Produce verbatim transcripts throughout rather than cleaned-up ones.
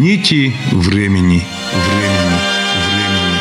Нити времени. Времени. Времени.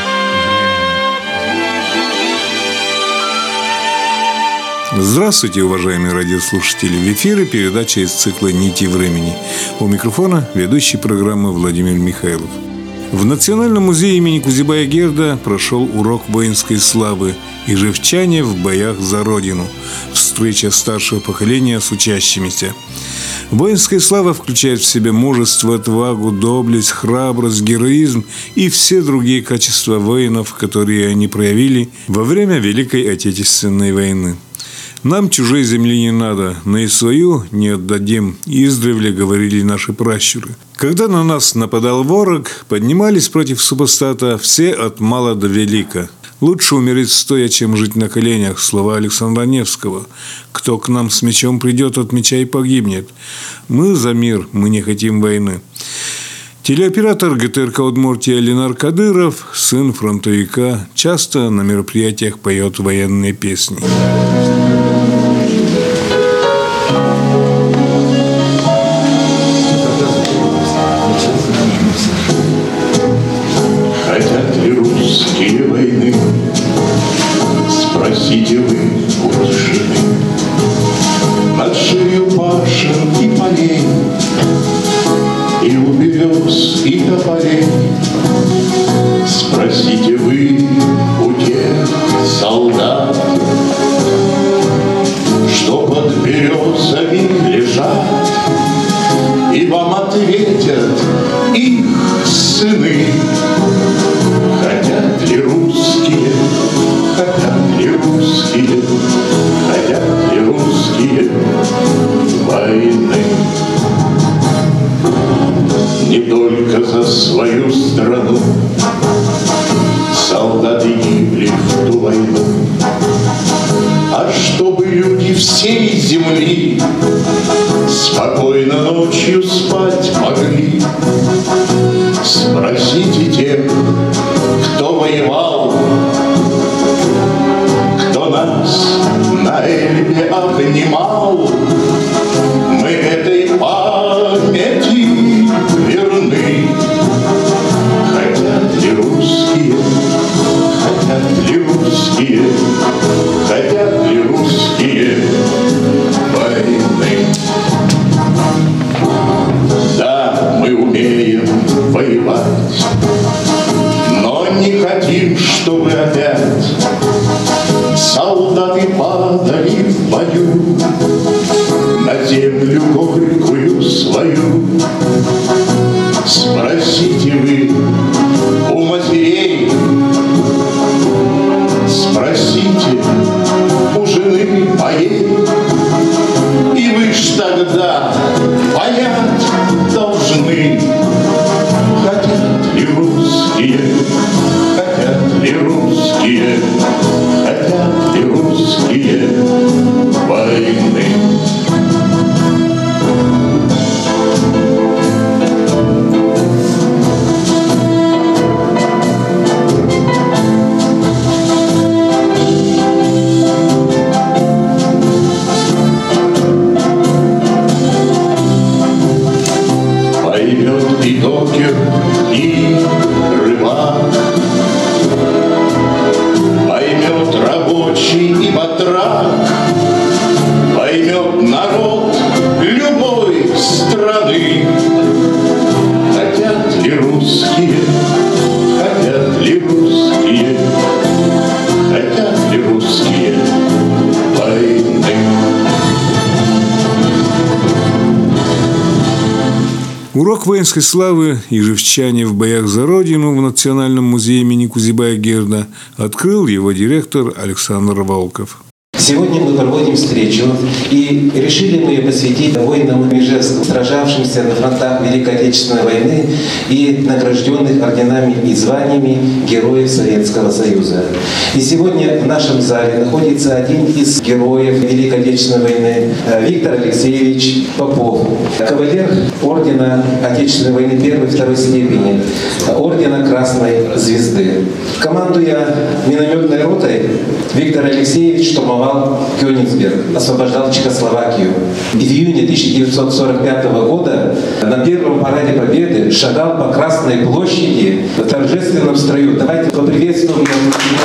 Здравствуйте, уважаемые радиослушатели! В эфире передача из цикла «Нити времени». У микрофона ведущий программы Владимир Михайлов. В Национальном музее имени Кузибая-Герда прошел урок воинской славы «Ижевчане в боях за Родину». Встреча старшего поколения с учащимися. Воинская слава включает в себя мужество, отвагу, доблесть, храбрость, героизм и все другие качества воинов, которые они проявили во время Великой Отечественной войны. «Нам чужой земли не надо, но и свою не отдадим», издревле говорили наши пращуры. Когда на нас нападал ворог, поднимались против супостата все от мала до велика. «Лучше умереть стоя, чем жить на коленях» – слова Александра Невского. «Кто к нам с мечом придет, от меча и погибнет». Мы за мир, мы не хотим войны. Телеоператор ГТРК Удмуртия Ленар Кадыров, сын фронтовика, часто на мероприятиях поет военные песни. Хотят ли русские войны? Спросите вы у тишины. Над шею башен и полей, и у берез, и тополей. Спросите вы у тех солдат, что под березами лежат, и вам ответят их сыны. Хотят ли русские, хотят ли русские, хотят ли русские войны? Не только за свою страну солдаты гибли в ту войну, а чтобы люди всей земли спокойно ночью спать могли. Спросите тех, кто воевал, кто нас на Эльбе обнимал. Мы этой памяти верны. Хотят ли русские, хотят ли русские, хотят ли русские войны? Да, мы умеем воевать, но не хотим, чтобы опять солдаты падали в бою на землю горькую свою. Спросите вы у матерей, спросите у жены моей, и вы ж тогда понять должны. Хотят ли русские, хотят ли русские, хотят ли русские войны? Поймет и докер, и рыбак, поймет рабочий и батрак, поймет народ любой страны. Хотят ли русские, хотят ли русские, хотят ли русские войны? Урок воинской славы «Ижевчане в боях за Родину» в Национальном музее имени Кузибая-Герда открыл его директор Александр Волков. Сегодня мы проводим встречу, и решили мы ее посвятить воинам Ижевска, сражавшимся на фронтах Великой Отечественной войны и награжденных орденами и званиями Героев Советского Союза. И сегодня в нашем зале находится один из героев Великой Отечественной войны, Виктор Алексеевич Попов, кавалер ордена Отечественной войны первой и второй степени, ордена Красной Звезды. Командуя минометной ротой, Виктор Алексеевич штурмовал штурмовал Кёнигсберг, освобождал Чехословакию. И в июне тысяча девятьсот сорок пятого года на первом параде Победы шагал по Красной площади в торжественном строю. Давайте поприветствуем его.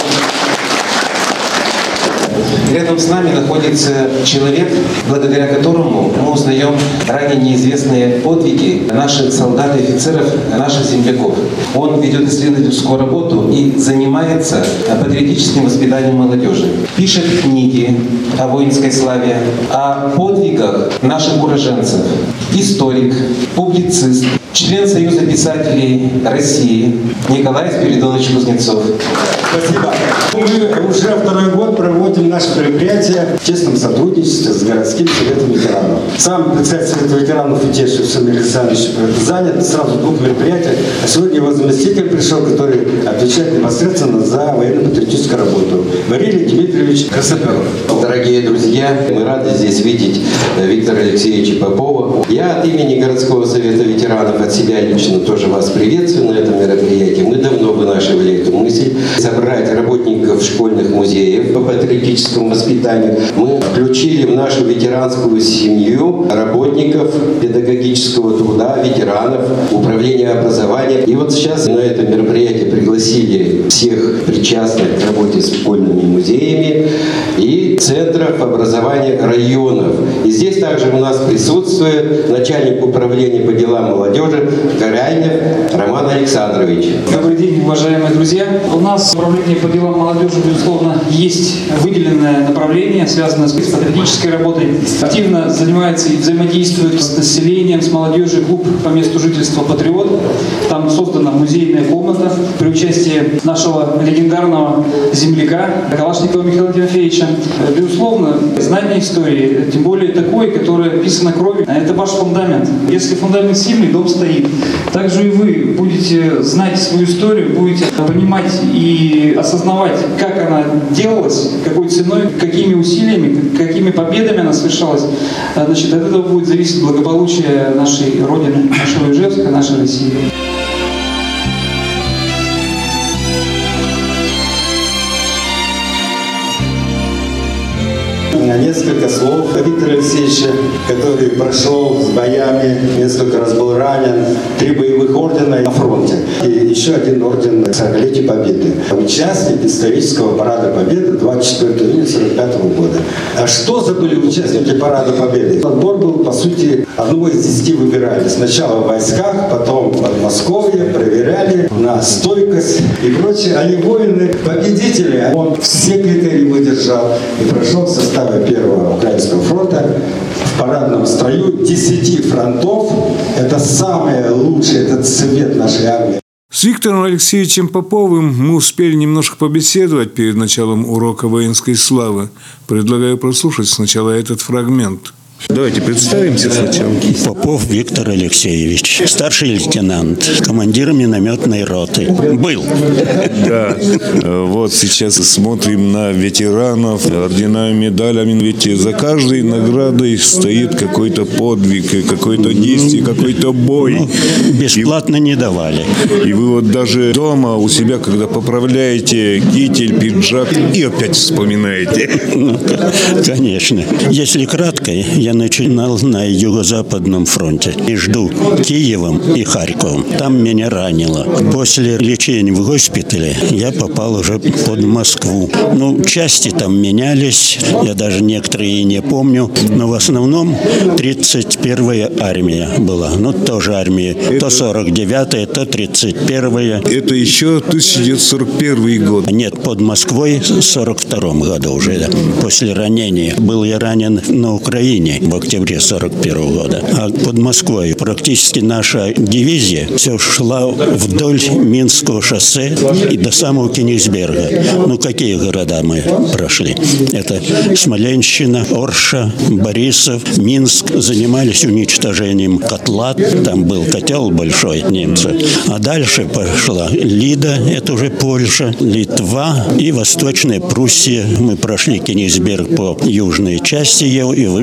Рядом с нами находится человек, благодаря которому мы узнаем ранее неизвестные подвиги наших солдат и офицеров, наших земляков. Он ведет исследовательскую работу и занимается патриотическим воспитанием молодежи. Пишет книги о воинской славе, о подвигах наших уроженцев. Историк, публицист, член Союза писателей России Николай Спиридонович Кузнецов. Спасибо. Мы уже второй год проводим наше мероприятие в тесном сотрудничестве с городским советом ветеранов. Сам председатель совета ветеранов Фетешев Самир Александрович занят сразу в двух мероприятиях. А сегодня его заместитель пришел, который отвечает непосредственно за военно-патриотическую работу. Валерий Дмитриевич Красоперов. Дорогие друзья, мы рады здесь видеть Виктора Алексеевича Попова. Я от имени городского совета ветеранов, от себя лично тоже вас приветствую на этом мероприятии. Мы давно вынашивали эту мысль собрать работников школьных музеев по патриотическому воспитанию. Мы включили в нашу ветеранскую семью работников педагогического труда, ветеранов, управления образования. И вот сейчас на это мероприятие пригласили всех причастных к работе с школьными музеями и центров образования районов. И здесь также у нас присутствует начальник управления по делам молодежи Горяйнев Роман Александрович. Добрый день, уважаемые друзья. У нас в управлении по делам молодежи, безусловно, есть выделенное направление, связанное с патриотической работой. Активно занимается и взаимодействует с населением, с молодежью клуб по месту жительства «Патриот». Там создана музейная комната при участии нашего легендарного земляка Калашникова Михаила Тимофеевича. Безусловно, знание истории, тем более такой, которая писана кровью, это ваш фундамент. Если фундамент сильный, дом стоит. Также и вы будете знать свою историю, будете понимать и осознавать, как она делалась, какой ценой, какими усилиями, какими победами она совершалась. Значит, от этого будет зависеть благополучие нашей Родины, нашего Ижевска, нашей России. Несколько слов Виктора Алексеевича, который прошел с боями, несколько раз был ранен, три боевых ордена на фронте и еще один орден к сорокалетию Победы. Участник исторического парада Победы двадцать четвёртого июня сорок пятого года. А что за были участники парада Победы? Отбор был, по сути, одного из десяти выбирали. Сначала в войсках, потом в Подмосковье, проверяли на стойкость и прочее. Они воины-победители. Он все критерии выдержал и прошел в составе Первого Украинского фронта в парадном строю десяти фронтов. Это самое лучшее, это цвет нашей армии. С Виктором Алексеевичем Поповым мы успели немножко побеседовать перед началом урока воинской славы. Предлагаю прослушать сначала этот фрагмент. Давайте представимся сначала. Попов Виктор Алексеевич, старший лейтенант, командир минометной роты. Был. Да. Вот сейчас смотрим на ветеранов, орденами, медалями. Ведь за каждой наградой стоит какой-то подвиг, какое-то действие, какой-то бой. Ну, бесплатно и, не давали. И вы вот даже дома у себя, когда поправляете китель, пиджак, и опять вспоминаете. Ну, конечно. Если кратко, я начинал на Юго-Западном фронте и жду Киевом и Харьковом. Там меня ранило. После лечения в госпитале я попал уже под Москву. Ну, части там менялись, я даже некоторые и не помню, но в основном тридцать первая армия была. Ну, тоже армия. Это... То сорок девятая, то тридцать первая. Это еще тысяча девятьсот сорок первый год. Нет, под Москвой в сорок втором году уже, да. После ранения. Был я ранен на Украине в октябре сорок первого года. А под Москвой практически наша дивизия все шла вдоль Минского шоссе и до самого Кенигсберга. Ну, какие города мы прошли? Это Смоленщина, Орша, Борисов, Минск. Занимались уничтожением котла. Там был котел большой, немцы. А дальше пошла Лида, это уже Польша, Литва и Восточная Пруссия. Мы прошли Кенигсберг по южной части его и вышли на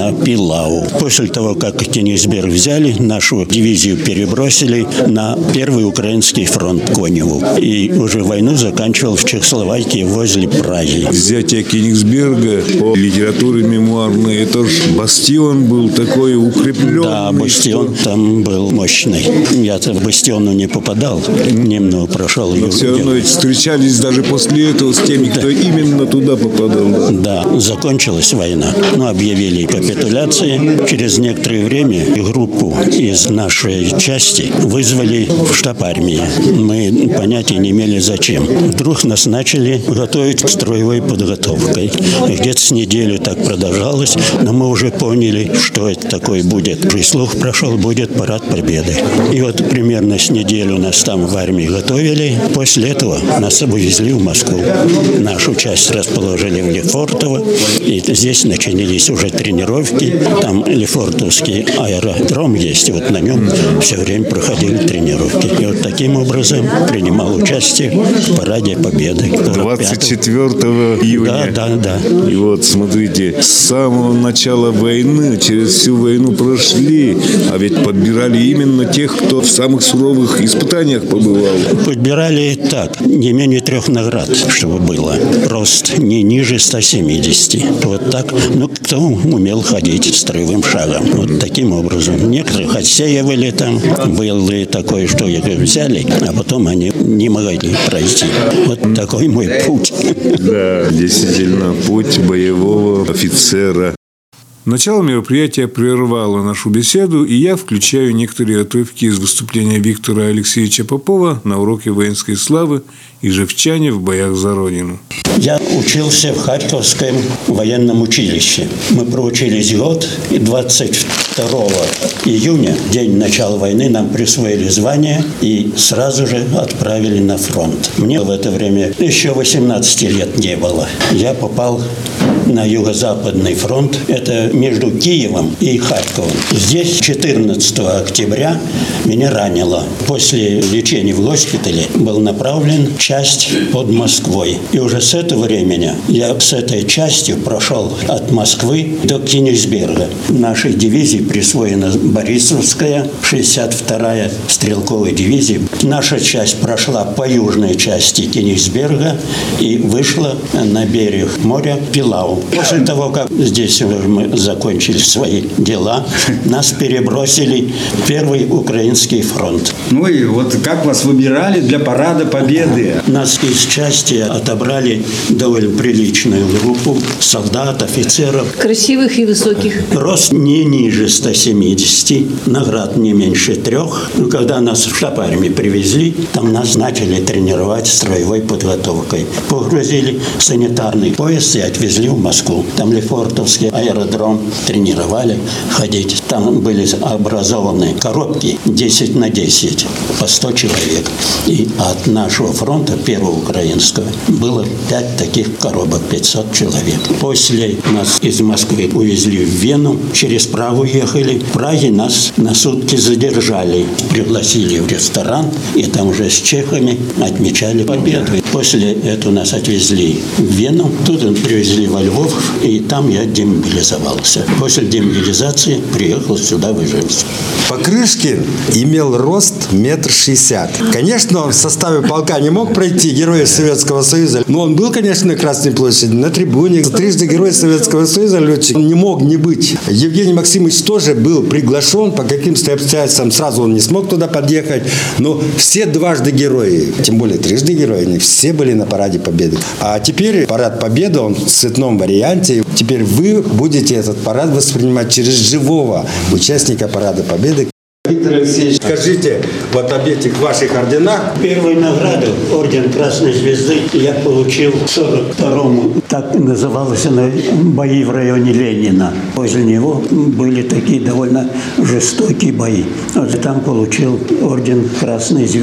на Пилау. После того, как Кенигсберг взяли, нашу дивизию перебросили на Первый Украинский фронт Коневу. И уже войну заканчивал в Чехословакии возле Праги. Взятие Кенигсберга по литературе мемуарной, это же бастион был такой укрепленный. Да, бастион что... там был мощный. Я-то в бастиону не попадал, немного прошел. Но все равно ведь встречались даже после этого с теми, кто да. именно туда попадал. Да, закончилась война. Ну, объявили капитуляции. Через некоторое время группу из нашей части вызвали в штаб армии. Мы понятия не имели зачем. Вдруг нас начали готовить к строевой подготовкой. Где-то с неделю так продолжалось, но мы уже поняли, что это такое будет. И слух прошел, будет парад Победы. И вот примерно с неделю нас там в армии готовили. После этого нас увезли в Москву. Нашу часть расположили в Лефортово. И здесь начались уже тренировки. Там Лефортовский аэродром есть. И вот на нем все время проходили тренировки. И вот таким образом принимал участие в параде Победы. двадцать четвёртого июня. Да, да, да. И вот смотрите, с самого начала войны, через всю войну прошли, а ведь подбирали именно тех, кто в самых суровых испытаниях побывал. Подбирали так, не менее трех наград, чтобы было. Рост не ниже ста семидесяти. Вот так. Ну, кто умел ходить строевым шагом. Вот таким образом. Некоторых отсеивали там. Было и такое, что их взяли, а потом они не могли пройти. Вот такой мой путь. Да, действительно, путь боевого офицера. Начало мероприятия прервало нашу беседу, и я включаю некоторые отрывки из выступления Виктора Алексеевича Попова на уроке воинской славы «Ижевчане в боях за Родину». Я учился в Харьковском военном училище. Мы проучились год, и двадцать второго июня, день начала войны, нам присвоили звание и сразу же отправили на фронт. Мне в это время еще восемнадцати лет не было. Я попал на Юго-Западный фронт. Это между Киевом и Харьковом. Здесь четырнадцатого октября меня ранило. После лечения в госпитале был направлен в часть под Москвой. И уже с этого времени я с этой частью прошел от Москвы до Кенигсберга. Нашей дивизии присвоена Борисовская, шестьдесят вторая стрелковая дивизия. Наша часть прошла по южной части Кенигсберга и вышла на берег моря Пилау. После того, как здесь мы закончили свои дела, нас перебросили в Первый Украинский фронт. Ну и вот как вас выбирали для парада Победы? Нас из части отобрали довольно приличную группу солдат, офицеров. Красивых и высоких. Рост не ниже ста семидесяти, наград не меньше трех. Когда нас в штаб армии привезли, там нас начали тренировать строевой подготовкой. Погрузили в санитарный поезд и отвезли в Москву. Там Лефортовский аэродром тренировали ходить. Там были образованы коробки десять на десять, по сто человек. И от нашего фронта, Первого Украинского, было пять таких коробок, пятьсот человек. После нас из Москвы увезли в Вену, через Прагу ехали. В Праге нас на сутки задержали. Пригласили в ресторан, и там уже с чехами отмечали победу. После этого нас отвезли в Вену, тут привезли во Львов, и там я демобилизовался. После демобилизации приехал сюда, в Ижевск. Покрышкин имел рост метр шестьдесят. Конечно, он в составе полка не мог пройти Героя Советского Союза, но он был, конечно, на Красной площади, на трибуне. Трижды Герой Советского Союза летчик, он не мог не быть. Евгений Максимович тоже был приглашен, по каким-то обстоятельствам сразу он не смог туда подъехать, но все дважды герои, тем более трижды герои, они все были на параде Победы. А теперь парад Победы, он в цветном варианте. Теперь вы будете этот парад воспринимать через живого участника парада Победы. Виктор Алексеевич, скажите, вот об этих ваших орденах. Первую награду, орден Красной Звезды, я получил в сорок втором. Так называлось она «Бои в районе Ленина». Возле него были такие довольно жестокие бои. Вот там получил орден Красной Звезды.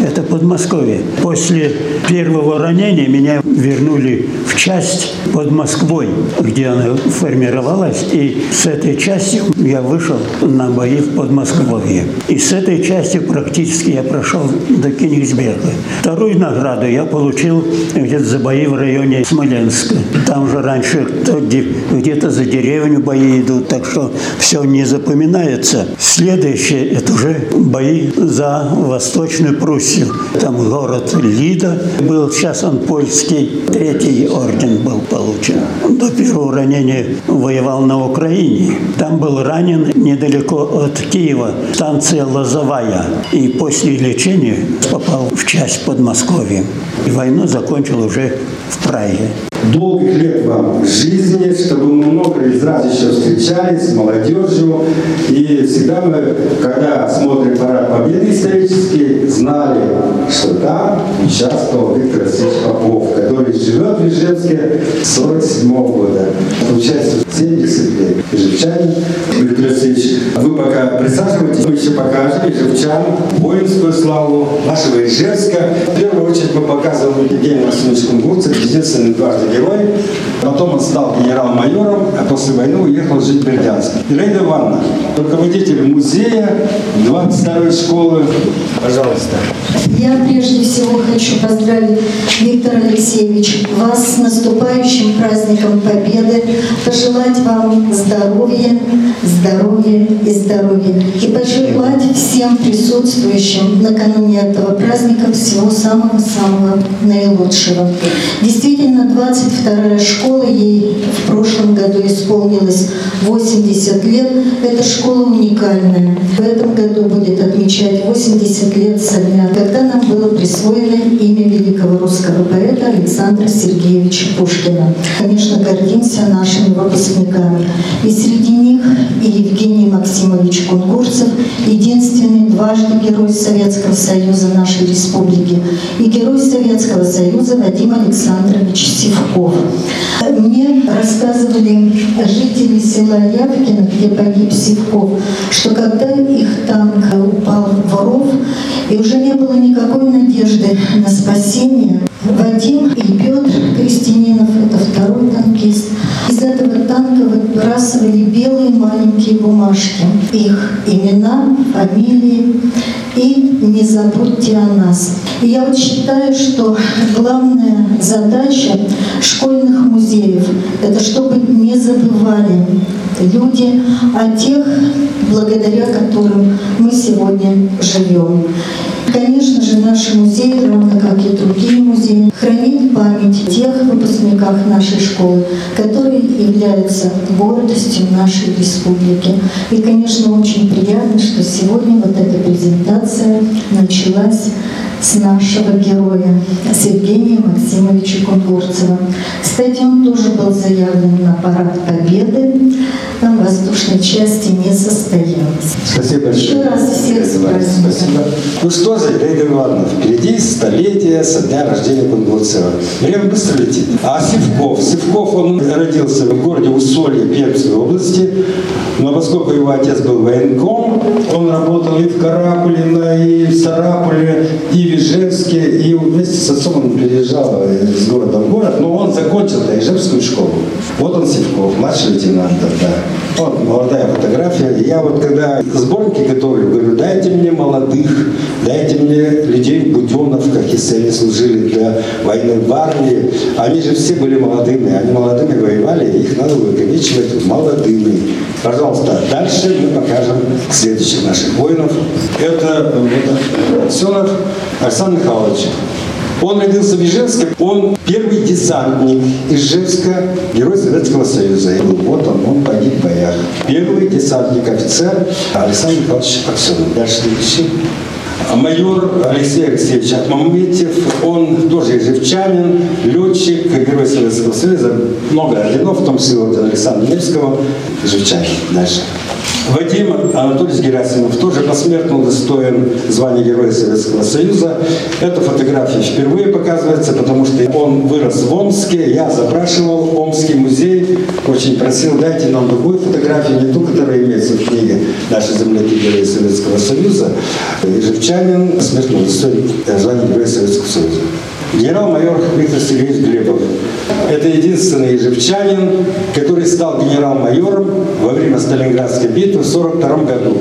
Это Подмосковье. После первого ранения меня вернули в часть под Москвой, где она формировалась. И с этой частью я вышел на бои в Подмосковье. И с этой частью практически я прошел до Кенигсберга. Вторую награду я получил где-то за бои в районе Смоленска. Там же раньше где-то за деревню бои идут, так что все не запоминается. Следующее – это уже бои за Восточную Пруссию. Там город Лида был, сейчас он польский. Третий орден был получен. До первого ранения воевал на Украине. Там был ранен недалеко от Киева, станция Лозовая. И после лечения попал в часть Подмосковья. И войну закончил уже в Праге. Долгих лет вам жизни, чтобы мы много из раз еще встречались с молодежью. И всегда мы, когда смотрим парад Победы исторический, знали, что там участвовал Виктор Алексеевич Попов, который живет в Ижевске с сорок седьмого года. Участвует семьдесят лет. Ижевчанин. Виктор Алексеевич, вы пока присаживайтесь, мы еще покажем ижевчан, воинскую славу нашего Ижевска. В первую очередь мы показываем Евгения Максимовича Кунгурца, единственный дважды герой. Потом он стал генерал-майором, а после войны уехал жить в Бердянск. Ираида Ивановна, руководитель музея двадцать второй школы. Пожалуйста. Я прежде всего хочу поздравить, Виктор Алексеевич, вас с наступающим праздником Победы, пожелать вам здоровья, здоровья и здоровья. И пожелать всем присутствующим накануне этого праздника всего самого-самого наилучшего. Действительно, двадцать вторая школа, ей в прошлом году исполнилось восемьдесят лет. Эта школа уникальная. В этом году будет отмечать восемьдесят лет со дня, когда нам было присвоено имя великого русского поэта Александра Сергеевича Пушкина. Конечно, гордимся нашими выпускниками. И среди них и Евгений Максимович Кунгурцев, единственный дважды Герой Советского Союза нашей республики, и Герой Советского Союза Вадим Александрович Сивков. Мне рассказывали жители села Явкино, где погиб Сивков, что когда их танк упал в ров, и уже не было никакой надежды на спасение, Вадим и Петр Крестининов, это второй танкист, из этого танка выбрасывали белые маленькие бумажки, их имена, фамилии и «Не забудьте о нас». И я вот считаю, что главная задача школьных музеев – это чтобы не забывали люди о тех, благодаря которым мы сегодня живем. Конечно же, наши музеи, равно как и другие музеи, хранить память о тех выпускниках нашей школы, которые являются гордостью нашей республики. И, конечно, очень приятно, что сегодня вот эта презентация началась с нашего героя, с Евгения Максимовича Кунгурцева. Кстати, он тоже был заявлен на парад Победы, там воздушной части не состоялось. Спасибо большое. Еще раз всех с праздником. Спасибо. Ну что же, Ираида Ивановна, впереди столетие со дня рождения Кунгурцева. Время быстро летит. А Сивков? Сивков, он родился в городе Усолье Пермской области, но поскольку его отец был военком, он работал и в Каракулино, и в Сарапуле, и в Ижевске, и вместе с отцом он переезжал из города в город, но он закончил Ижевскую школу. Вот он, Сивков, младший лейтенант, да. Вот молодая фотография. И я вот когда сборники готовлю, говорю, дайте мне молодых, дайте мне людей в буденовках, если они служили для войны в армии. Они же все были молодыми, они молодыми воевали, их надо увековечивать молодыми. Пожалуйста, дальше мы покажем следующих наших воинов. Это вот, Аксенов Александр Михайлович. Он родился в Ижевске, он первый десантник Ижевска, Герой Советского Союза. И вот он, он погиб в боях. Первый десантник, офицер Александр Михайлович Аксенов. Дальше следующий. Майор Алексей Алексеевич Ахмаметьев, он тоже ижевчанин, летчик, Герой Советского Союза, много орденов, в том числе орден Александра Невского, ижевчанин. Дальше. Вадим Анатольевич Герасимов тоже посмертно удостоен звания Героя Советского Союза. Эта фотография впервые показывается, потому что он вырос в Омске. Я запрашивал Омский музей, очень просил, дайте нам другую фотографию, не ту, которая имеется в книге «Наши земляки Герои Советского Союза». Ижевчанин посмертно удостоен звания Героя Советского Союза. Генерал-майор Виктор Сергеевич Глебов. Это единственный ижевчанин, который стал генерал-майором во время Сталинградской битвы в сорок втором году.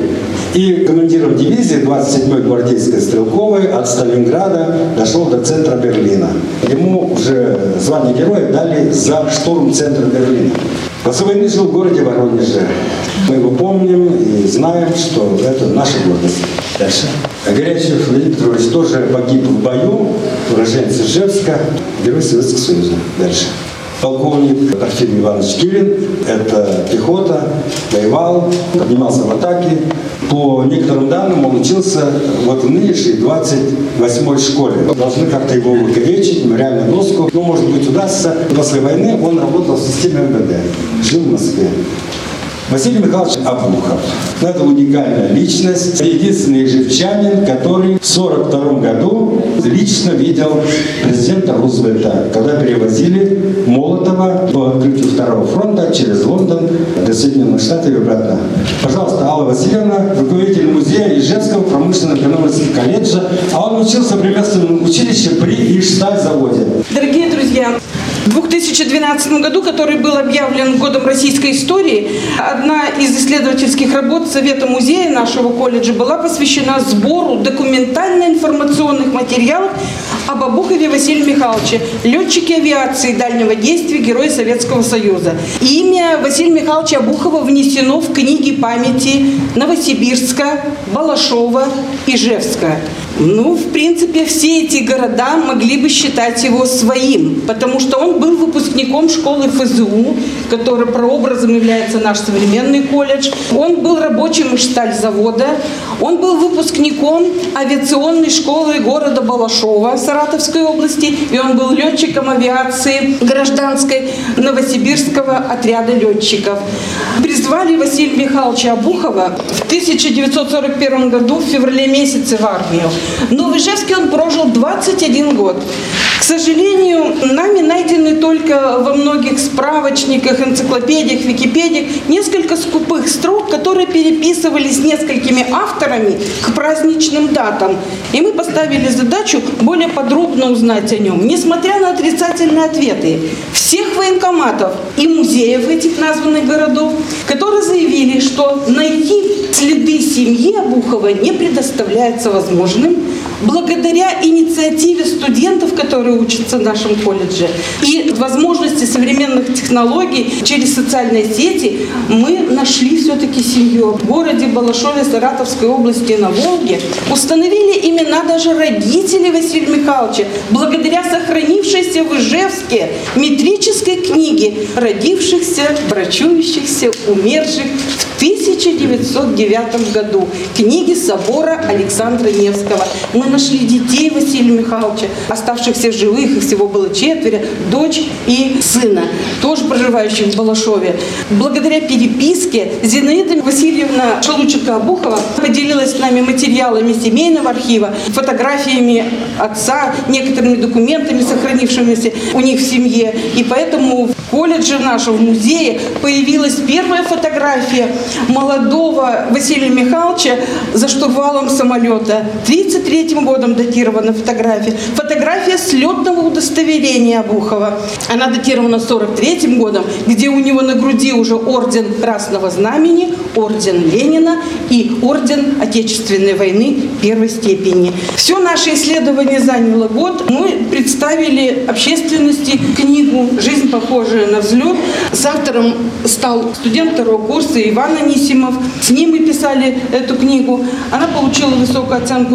И командиром дивизии двадцать седьмой гвардейской стрелковой от Сталинграда дошел до центра Берлина. Ему уже звание героя дали за штурм центра Берлина. После войны жил в городе Воронеже. Мы его помним и знаем, что это наша гордость. Дальше. Горячев Владимир Петрович тоже погиб в бою, уроженец Ижевска, Герой Советского Союза. Дальше. Полковник Порфирий Иванович Килин, это пехота, воевал, поднимался в атаке. По некоторым данным он учился вот в нынешней двадцать восьмой школе. Должны как-то его увековечить, мемориальную доску. Ну, может быть, удастся. После войны он работал в системе эм вэ дэ, жил в Москве. Василий Михайлович Обухов. Это уникальная личность, единственный ижевчанин, который в сорок втором году лично видел президента Рузвельта, когда перевозили Молотова по открытию Второго фронта через Лондон до Соединенных Штатов и обратно. Пожалуйста, Алла Васильевна, руководитель музея Ижевского промышленно-экономического колледжа, а он учился в ремесленном училище при Ижсталь-заводе. Дорогие друзья, в две тысячи двенадцатом году, который был объявлен годом российской истории, одна из исследовательских работ Совета музея нашего колледжа была посвящена сбору документально-информационных материалов об Обухове Василии Михайловиче, летчике авиации дальнего действия, Герой Советского Союза. Имя Василия Михайловича Обухова внесено в книги памяти Новосибирска, Балашова, Ижевска. Ну, в принципе, все эти города могли бы считать его своим, потому что он был выпускником школы эф зэ у, который прообразом является наш современный колледж. Он был рабочим Ижсталь-завода. Он был выпускником авиационной школы города Балашова Саратовской области, и он был летчиком авиации гражданской Новосибирского отряда летчиков. Призвали Василия Михайловича Обухова в тысяча девятьсот сорок первом году в феврале месяце в армию. Но в Ижевске он прожил двадцать один год. К сожалению, нами найдены только во многих справочниках, энциклопедиях, википедиях несколько скупых строк, которые переписывались несколькими авторами к праздничным датам. И мы поставили задачу более подробно узнать о нем. Несмотря на отрицательные ответы всех военкоматов и музеев этих названных городов, которые заявили, что найти следы семьи Обухова не предоставляется возможным, благодаря инициативе студентов, которые учатся в нашем колледже, и возможности современных технологий через социальные сети, мы нашли все-таки семью. В городе Балашове Саратовской области на Волге установили имена даже родителей Василия Михайловича, благодаря сохранившейся в Ижевске метрической книге родившихся, брачующихся, умерших в тысяча девятьсот девятом году, книги собора Александра Невского. Мы нашли детей Василия Михайловича, оставшихся в живых, их всего было четверо, дочь и сына, тоже проживающих в Балашове. Благодаря переписке Зинаида Васильевна Шелудченко-Обухова поделилась с нами материалами семейного архива, фотографиями отца, некоторыми документами, сохранившимися у них в семье. И поэтому в колледже нашего, в музее, появилась первая фотография молодого Василия Михайловича за штурвалом самолета. тридцать третьим годом датирована фотография. Фотография с летного удостоверения Обухова. Она датирована сорок третьим годом, где у него на груди уже орден Красного Знамени, орден Ленина и орден Отечественной войны первой степени. Все наше исследование заняло год. Мы представили общественности книгу «Жизнь, похожая на взлет». С автором стал студент второго курса Иван Анисимов. С ним мы писали эту книгу. Она получила высокую оценку в государственном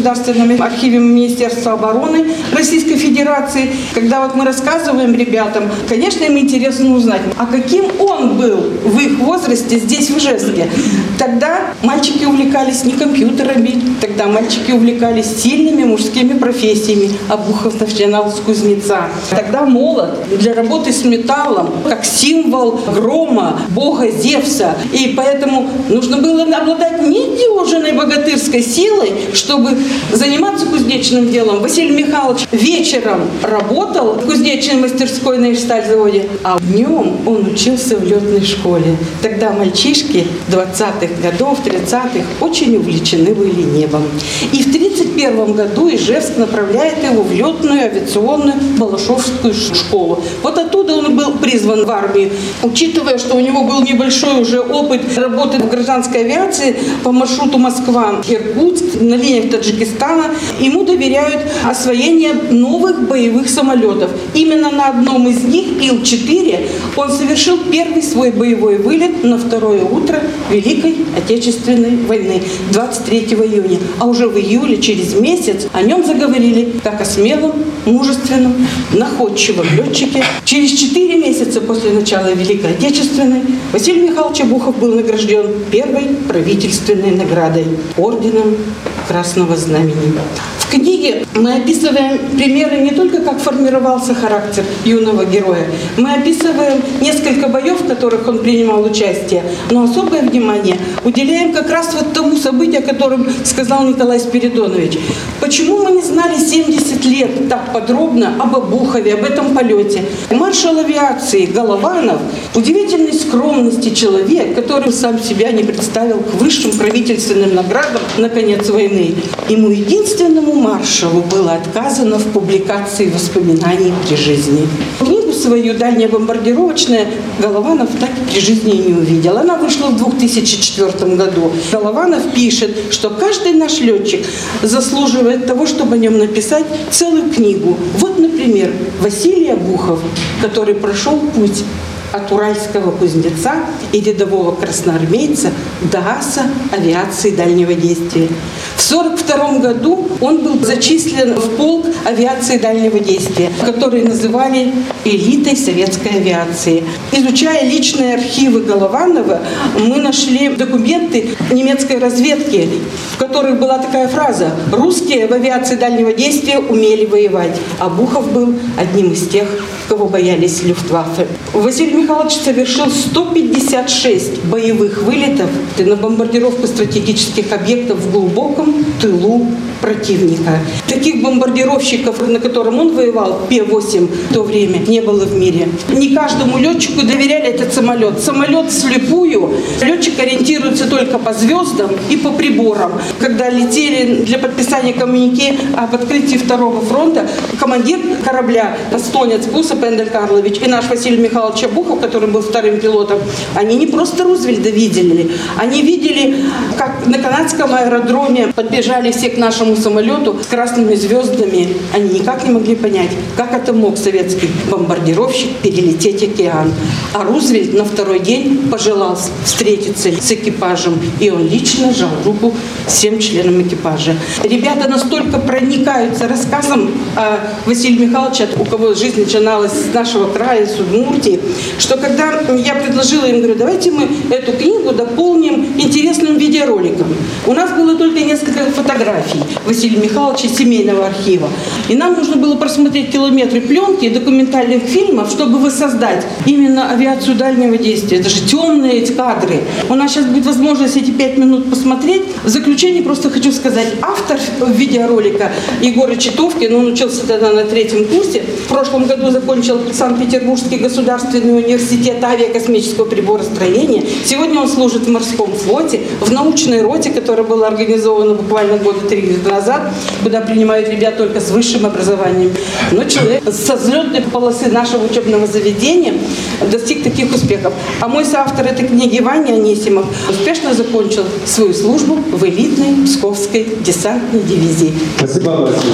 Государственном архиве Министерства обороны Российской Федерации. Когда вот мы рассказываем ребятам, конечно, им интересно узнать, а каким он был в их возрасте здесь, в Ижевске. Тогда мальчики увлекались не компьютерами, тогда мальчики увлекались сильными мужскими профессиями. А Бухов начинал с кузнеца. Тогда молот для работы с металлом, как символ грома, бога Зевса. И поэтому нужно было обладать недюжиной богатырской силой, чтобы заниматься кузнечным делом. Василий Михайлович вечером работал в кузнечной мастерской на Ижсталь-заводе, а днем он учился в летной школе. Тогда мальчишки двадцатых годов, тридцатых очень увлечены были небом. И в тридцать первом году Ижевск направляет его в летную авиационную Балашовскую школу. Вот оттуда он был призван в армию. Учитывая, что у него был небольшой уже опыт работы в гражданской авиации по маршруту Москва-Иркутск на линиях Таджикистана, ему доверяют освоение новых боевых самолетов. Именно на одном из них, Ил четыре, он совершил первый свой боевой вылет на второе утро Великой Отечественной войны двадцать третьего июня. А уже в июле, через месяц, о нем заговорили как о смелом, мужественном, находчивом летчике. Через четыре месяца после начала Великой Отечественной Василий Михайлович Обухов был награжден первой правительственной наградой – орденом Красного Знамени. В книге мы описываем примеры не только, как формировался характер юного героя, мы описываем несколько боев, в которых он принимал участие, но особое внимание уделяем как раз вот тому событию, о котором сказал Николай Спиридонович. Почему мы не знали семьдесят лет так подробно об Обухове, об этом полете? Маршал авиации Голованов, удивительной скромности человек, который сам себя не представил к высшим правительственным наградам на конец войны. Ему единственному маршалу было отказано в публикации воспоминаний при жизни. Книгу свою «Дальняя бомбардировочная» Голованов так при жизни и не увидел. Она вышла в две тысячи четвёртом году. Голованов пишет, что каждый наш летчик заслуживает того, чтобы о нем написать целую книгу. Вот, например, Василий Обухов, который прошел путь от уральского кузнеца и рядового красноармейца до аса авиации дальнего действия. В сорок втором году он был зачислен в полк авиации дальнего действия, который называли элитой советской авиации. Изучая личные архивы Голованова, мы нашли документы немецкой разведки, в которых была такая фраза: «Русские в авиации дальнего действия умели воевать». А Обухов был одним из тех, кого боялись Люфтваффе. Василий Михайлович совершил сто пятьдесят шесть боевых вылетов на бомбардировку стратегических объектов в глубоком тылу противника. Таких бомбардировщиков, на котором он воевал, Пэ восемь, в то время не было в мире. Не каждому летчику доверяли этот самолет. Самолет вслепую. Летчик ориентируется только по звездам и по приборам. Когда летели для подписания коммюнике об открытии второго фронта, командир корабля, эстонец Гусов Эндель Карлович и наш Василий Михайлович Обухов, который был вторым пилотом, они не просто Рузвельта видели, они видели, как на канадском аэродроме подбежали все к нашему самолету с красными звездами. Они никак не могли понять, как это мог советский бомбардировщик перелететь океан. А Рузвельт на второй день пожелал встретиться с экипажем, и он лично сжал руку всем членам экипажа. Ребята настолько проникаются рассказом о Василии Михайловиче, у кого жизнь начиналась с нашего края, с Удмуртии, что когда я предложила им, говорю, давайте мы эту книгу дополним интересным видеороликом. У нас было только несколько фотографий Василия Михайловича семейного архива. И нам нужно было просмотреть километры пленки и документальных фильмов, чтобы воссоздать именно авиацию дальнего действия. Это же темные эти кадры. У нас сейчас будет возможность эти пять минут посмотреть. В заключение просто хочу сказать, автор видеоролика Егор Читовкин, он учился тогда на третьем курсе, в прошлом году закончил Санкт-Петербургский государственный университет авиакосмического приборостроения. Сегодня он служит в морском флоте, в научной роте, которая была организована буквально года три назад, куда принимают ребят только с высшим образованием. Но человек со взлетной полосы нашего учебного заведения достиг таких успехов. А мой соавтор этой книги, Ваня Анисимов, успешно закончил свою службу в элитной Псковской десантной дивизии. Спасибо, Василий.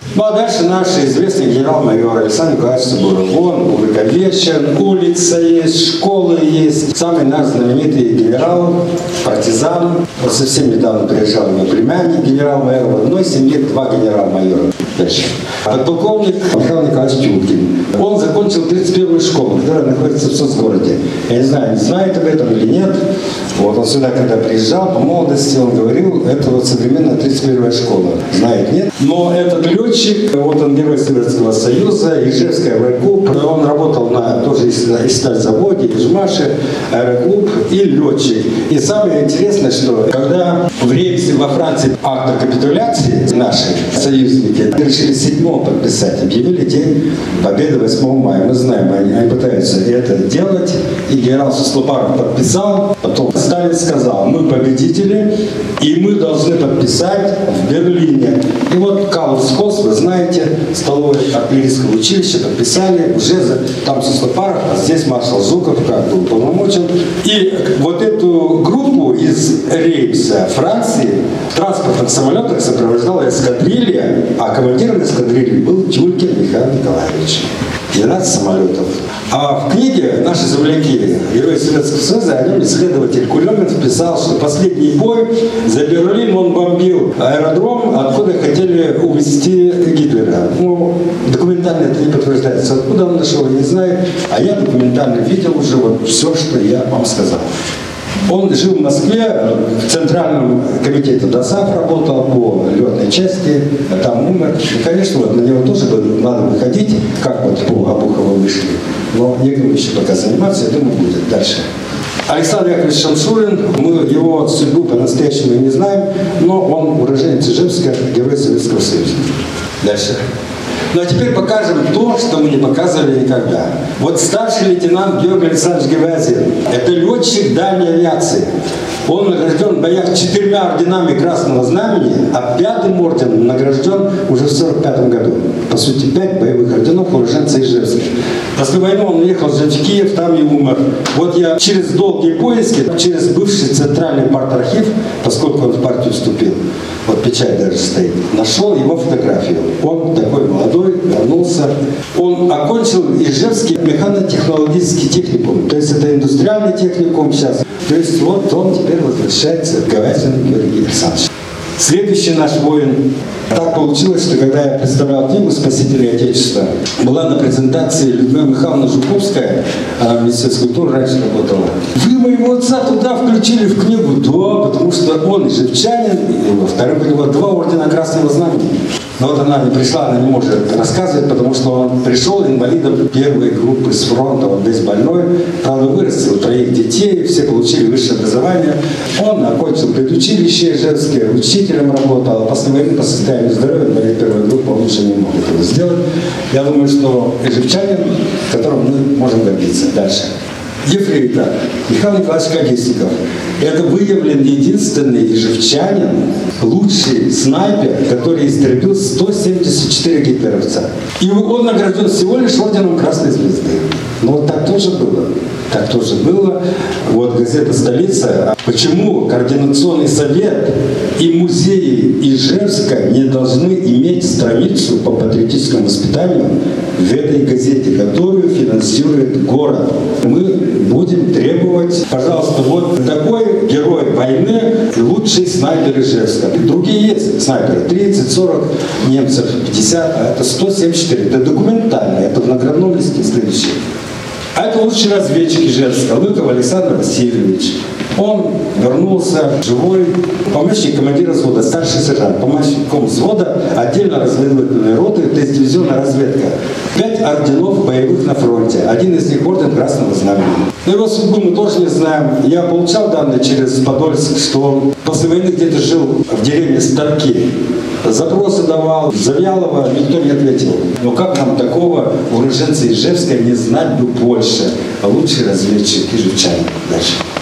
Ну а дальше наш известный генерал-майор Александр Николаевич Суворов. Он увековечен, улица есть, школы есть. Самый наш знаменитый генерал, партизан. Вот совсем недавно приезжал его племянник генерал-майор. В одной семье два генерал-майора. Дальше. Подполковник Михаил Николаевич Тюлькин. Он закончил тридцать первую школу, которая находится в соцгороде. Я не знаю, не знает об этом или нет. Вот он сюда, когда приезжал, по молодости, он говорил, это вот современная тридцать первая школа. Знает, нет? Но этот летчик, вот он герой Советского Союза, Ижевский аэроклуб, он работал на тоже и стальзаводе, и Жмаше, аэроклуб и летчик. И самое интересное, что когда в Реймсе во Франции акт о капитуляции наши союзники решили седьмого подписать, объявили День Победы восьмого мая. Мы знаем, они, они пытаются это делать, и генерал Суслопаров подписал, потом Сталин сказал, мы победители, и мы должны подписать в Берлине. И вот Каунскос, вы знаете, столовое артиллерийское училище подписали, уже за, там Суслопаров, а здесь маршал Жуков, как был уполномочен. И вот эту группу из Реймса, Франции, в транспортных самолетах сопровождала эскадрилья, а командиром эскадрильи был Тюлькин Михаил Николаевич. двенадцать самолетов. А в книге «Наши земляки. Герои Советского Союза» о нем исследователь Кулемин писал, что последний бой за Берлин он бомбил аэродром, откуда хотели увезти Гитлера. Ну, документально это не подтверждается. Откуда он нашел, я не знаю. А я документально видел уже вот все, что я вам сказал. Он жил в Москве, в Центральном комитете ДОСААФ работал по летной части, а там умер. И, конечно, вот на него тоже надо выходить, как вот по Обухову вышли. Но некому еще пока заниматься, я думаю, будет дальше. Александр Яковлевич Шамшурин, мы его судьбу по-настоящему не знаем, но он уроженец Ижевска, герой Советского Союза. Дальше. Ну а теперь покажем то, что мы не показывали никогда. Вот старший лейтенант Георгий Александрович Гевязин. Это летчик дальней авиации. Он награжден в боях четырьмя орденами Красного Знамени, а пятым орденом награжден уже в сорок пятом году. По сути, пять боевых орденов уроженца Ижевска. После войны он уехал в Киев, там и умер. Вот я через долгие поиски, через бывший центральный партархив, поскольку он в партию вступил, вот печать даже стоит, нашел его фотографию. Он такой молодой, вернулся. Он окончил Ижевский механотехнологический техникум, то есть это индустриальный техникум сейчас. То есть вот он теперь возвращается, Гевязин Георгий Александрович. Следующий наш воин. Так получилось, что когда я представлял книгу «Спасители Отечества», была на презентации Людмила Михайловна Жуковская, она в Министерстве культуры раньше работала. Вы моего отца туда включили в книгу? Да, потому что он ижевчанин, и во-вторых, у него два ордена Красного Знамени. Но вот она не пришла, она не может рассказывать, потому что он пришел инвалидом первой группы с фронта, он весь больной, правда, вырастил троих детей, все получили высшее образование. Он окончил предучилище Ижевское, учителем работал, а после войны по состоянию здоровья инвалид первой группы он уже не мог этого сделать. Я думаю, что ижевчанин, которым мы можем гордиться. Дальше. Ефрейтор Михаил Николаевич Колесников. Это выявлен единственный ижевчанин, лучший снайпер, который истребил сто семьдесят четыре гитлеровца. И он награжден всего лишь орденом Красной Звезды. Но вот так тоже было. Так тоже было. Вот газета «Столица». Почему Координационный совет и музеи Ижевска не должны иметь страницу по патриотическому воспитанию в этой газете, которую финансирует город? Мы будем требовать, пожалуйста, вот такой герой войны, лучший снайпер Ижевска. Другие есть снайперы, тридцать, сорок немцев, пятьдесят, а это сто семьдесят четыре. Это документально, это в наградном листе следующее. А это лучший разведчик Ижевска, Лыков Александр Васильевич. Он вернулся живой, помощник командира взвода, старший сержант, помощником взвода отдельно разведывательной роты, то есть дивизионная разведка. Пять орденов боевых на фронте, один из них орден Красного Знамени. Но его судьбу мы тоже не знаем. Я получал данные через Подольск, что он после войны где-то жил в деревне Старки. Запросы давал, Завьялова никто не ответил. Но как нам такого уроженца Ижевска не знать бы больше? А лучший разведчик ижевчанин. Дальше.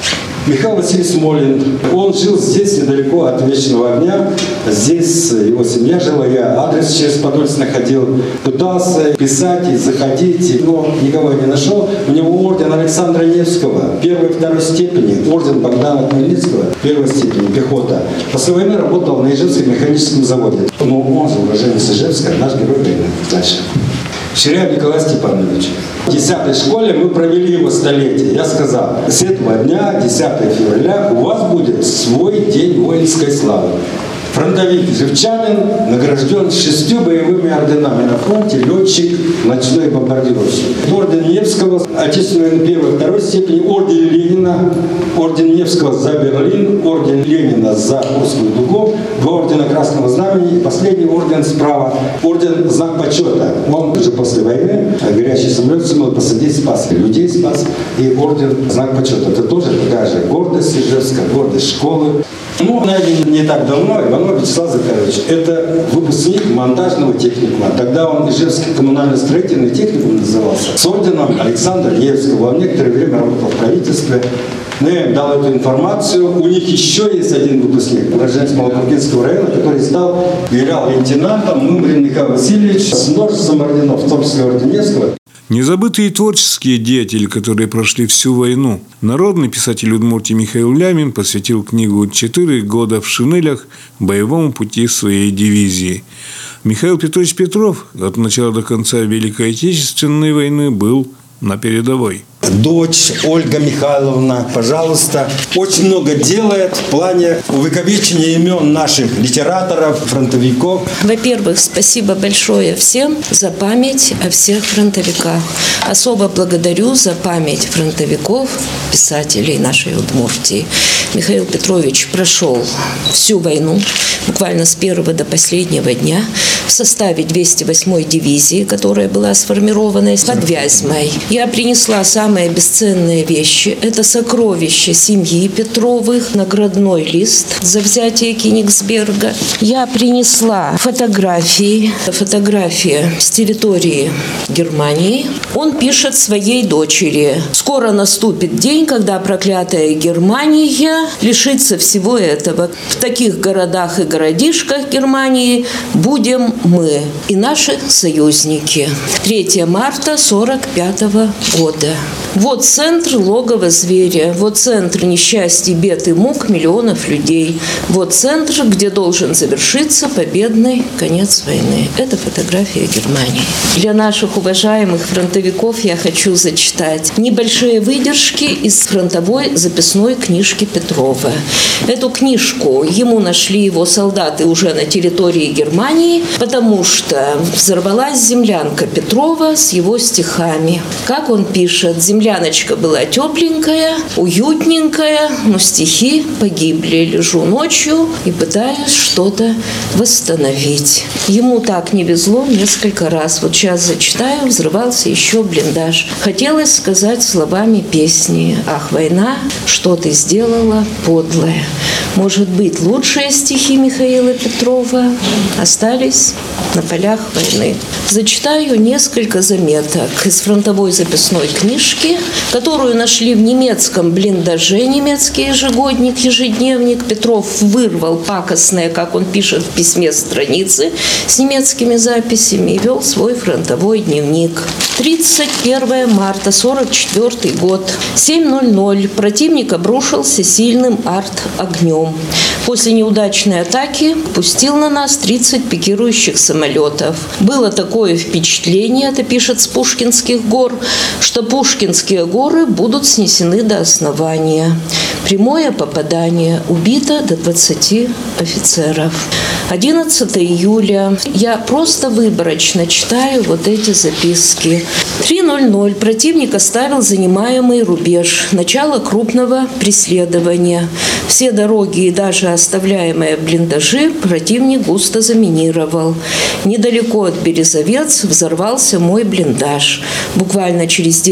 Михаил Васильевич Смолин. Он жил здесь, недалеко от Вечного огня. Здесь его семья жила. Я адрес через Подольск находил. Пытался писать и заходить, но никого не нашел. У него орден Александра Невского первой и второй степени. Орден Богдана Хмельницкого первой степени, пехота. После войны работал на Ижевском механическом заводе. Но он же уроженец Ижевска, наш герой войны. Дальше. Ширяев Николай Степанович. В десятой школе мы провели его столетие. Я сказал, с этого дня, десятого февраля, у вас будет свой день воинской славы. Фронтовик ижевчанин награжден шестью боевыми орденами на фронте, летчик, ночной бомбардировщик. Орден Невского, Отечественной первой и второй степени, орден Ленина, орден Невского за Берлин, орден Ленина за Курскую дугу, два ордена Красного Знамени и последний орден справа, орден Знак почета. Он уже после войны горячий самолет сумел посадить, спас людей, спас, и орден Знак почета. Это тоже такая же гордость Ижевска, гордость школы. Ну, наверное, не так давно Иванов Вячеслав Захарович, это выпускник монтажного техникума. Тогда он Ижевский коммунально-строительный техникум назывался. С орденом Александра Невского. Он некоторое время работал в правительстве. Но я им дал эту информацию. У них еще есть один выпускник, уроженец Малопургинского района, который стал генерал-лейтенантом Мымрин Михаил Васильевич с множеством орденов, в том числе орден Невского. Незабытые творческие деятели, которые прошли всю войну. Народный писатель Удмуртии Михаил Лямин посвятил книгу «Четыре года в шинелях» боевому пути своей дивизии. Михаил Петрович Петров от начала до конца Великой Отечественной войны был на передовой. Дочь Ольга Михайловна, пожалуйста, очень много делает в плане увековечения имен наших литераторов, фронтовиков. Во-первых, спасибо большое всем за память о всех фронтовиках. Особо благодарю за память фронтовиков, писателей нашей Удмуртии. Михаил Петрович прошел всю войну, буквально с первого до последнего дня, в составе двести восьмой дивизии, которая была сформирована под Вязьмой. Я принесла самые бесценные вещи. Это сокровища семьи Петровых, наградной лист за взятие Кенигсберга. Я принесла фотографии, фотографии с территории Германии. Он пишет своей дочери: «Скоро наступит день, когда проклятая Германия лишится всего этого. В таких городах и городишках Германии будем мы и наши союзники». третьего марта сорок пятого года. Вот центр логова зверя, вот центр несчастья, бед и мук миллионов людей. Вот центр, где должен завершиться победный конец войны. Это фотография Германии. Для наших уважаемых фронтовиков я хочу зачитать небольшие выдержки из фронтовой записной книжки Петрова. Эту книжку ему нашли его солдаты уже на территории Германии, потому что взорвалась землянка Петрова с его стихами. Как он пишет: «Земляночка была тепленькая, уютненькая, но стихи погибли. Лежу ночью и пытаюсь что-то восстановить». Ему так не везло несколько раз. Вот сейчас зачитаю. Взрывался еще блиндаж. Хотелось сказать словами песни: «Ах, война, что ты сделала, подлая». Может быть, лучшие стихи Михаила Петрова остались на полях войны. Зачитаю несколько заметок из фронтовой записной книжки, которую нашли в немецком блиндаже, немецкий ежегодник, ежедневник. Петров вырвал пакостные, как он пишет в письме, страницы с немецкими записями и вел свой фронтовой дневник. тридцать первого марта сорок четвёртый год. семь ноль ноль. Противник обрушился сильным арт-огнем. После неудачной атаки пустил на нас тридцать пикирующих самолетов. Было такое впечатление, это пишет с Пушкинских гор, что Пушкинские горы будут снесены до основания. Прямое попадание. Убито до двадцати офицеров. одиннадцатого июля. Я просто выборочно читаю вот эти записки. три ноль ноль. Противник оставил занимаемый рубеж. Начало крупного преследования. Все дороги и даже оставляемые блиндажи противник густо заминировал. Недалеко от Березовец взорвался мой блиндаж. Буквально через десять минут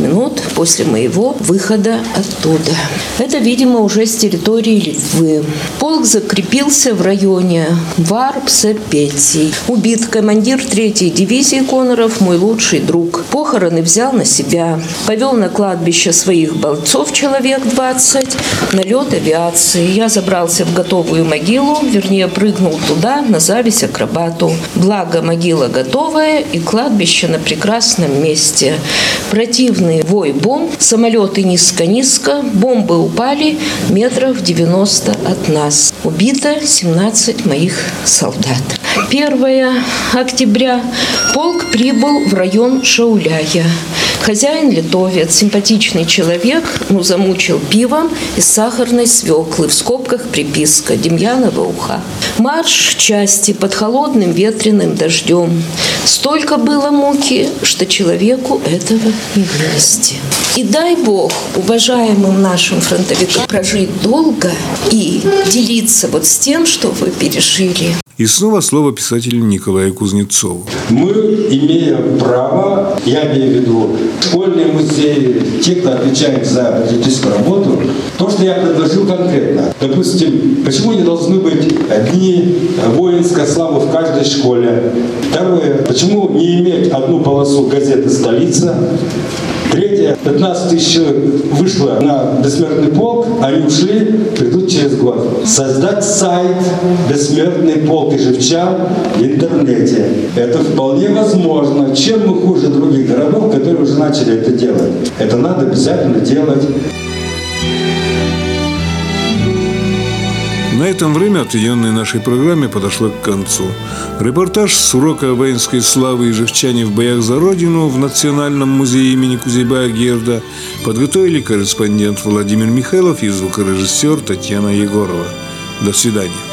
минут после моего выхода оттуда. Это, видимо, уже с территории Литвы. Полк закрепился в районе Варп-Сапетий. Убит командир третьей дивизии Коноров, мой лучший друг. Похороны взял на себя. Повел на кладбище своих бойцов, человек двадцать, на лед авиации. Я забрался в готовую могилу, вернее, прыгнул туда, на зависть акробату. Благо, могила готовая и кладбище на прекрасном месте. Противный вой бомб, самолеты низко-низко, бомбы упали метров девяносто от нас. Убито семнадцать моих солдат. первое октября полк прибыл в район Шауляя. Хозяин литовец, симпатичный человек, ну, замучил пивом из сахарной свеклы, в скобках приписка «Демьянова уха». Марш части под холодным ветреным дождем. Столько было муки, что человеку этого не вынести. И дай Бог уважаемым нашим фронтовикам прожить долго и делиться вот с тем, что вы пережили. И снова слово писателю Николаю Кузнецову. Мы имеем право, я имею в виду школьные музеи, те, кто отвечает за практическую работу, то, что я предложил конкретно. Допустим, почему не должны быть дни воинской славы в каждой школе? Второе, почему не иметь одну полосу газеты «Столица»? Третье, пятнадцать тысяч человек вышло на бессмертный полк, они ушли, придут через год. Создать сайт «Бессмертный полк ижевчан» в интернете. Это вполне возможно. Чем мы хуже других городов, которые уже начали это делать? Это надо обязательно делать. На этом время, отведенное нашей программе, подошло к концу. Репортаж с урока воинской славы ижевчане в боях за Родину в Национальном музее имени Кузибая-Герда подготовили корреспондент Владимир Михайлов и звукорежиссер Татьяна Егорова. До свидания.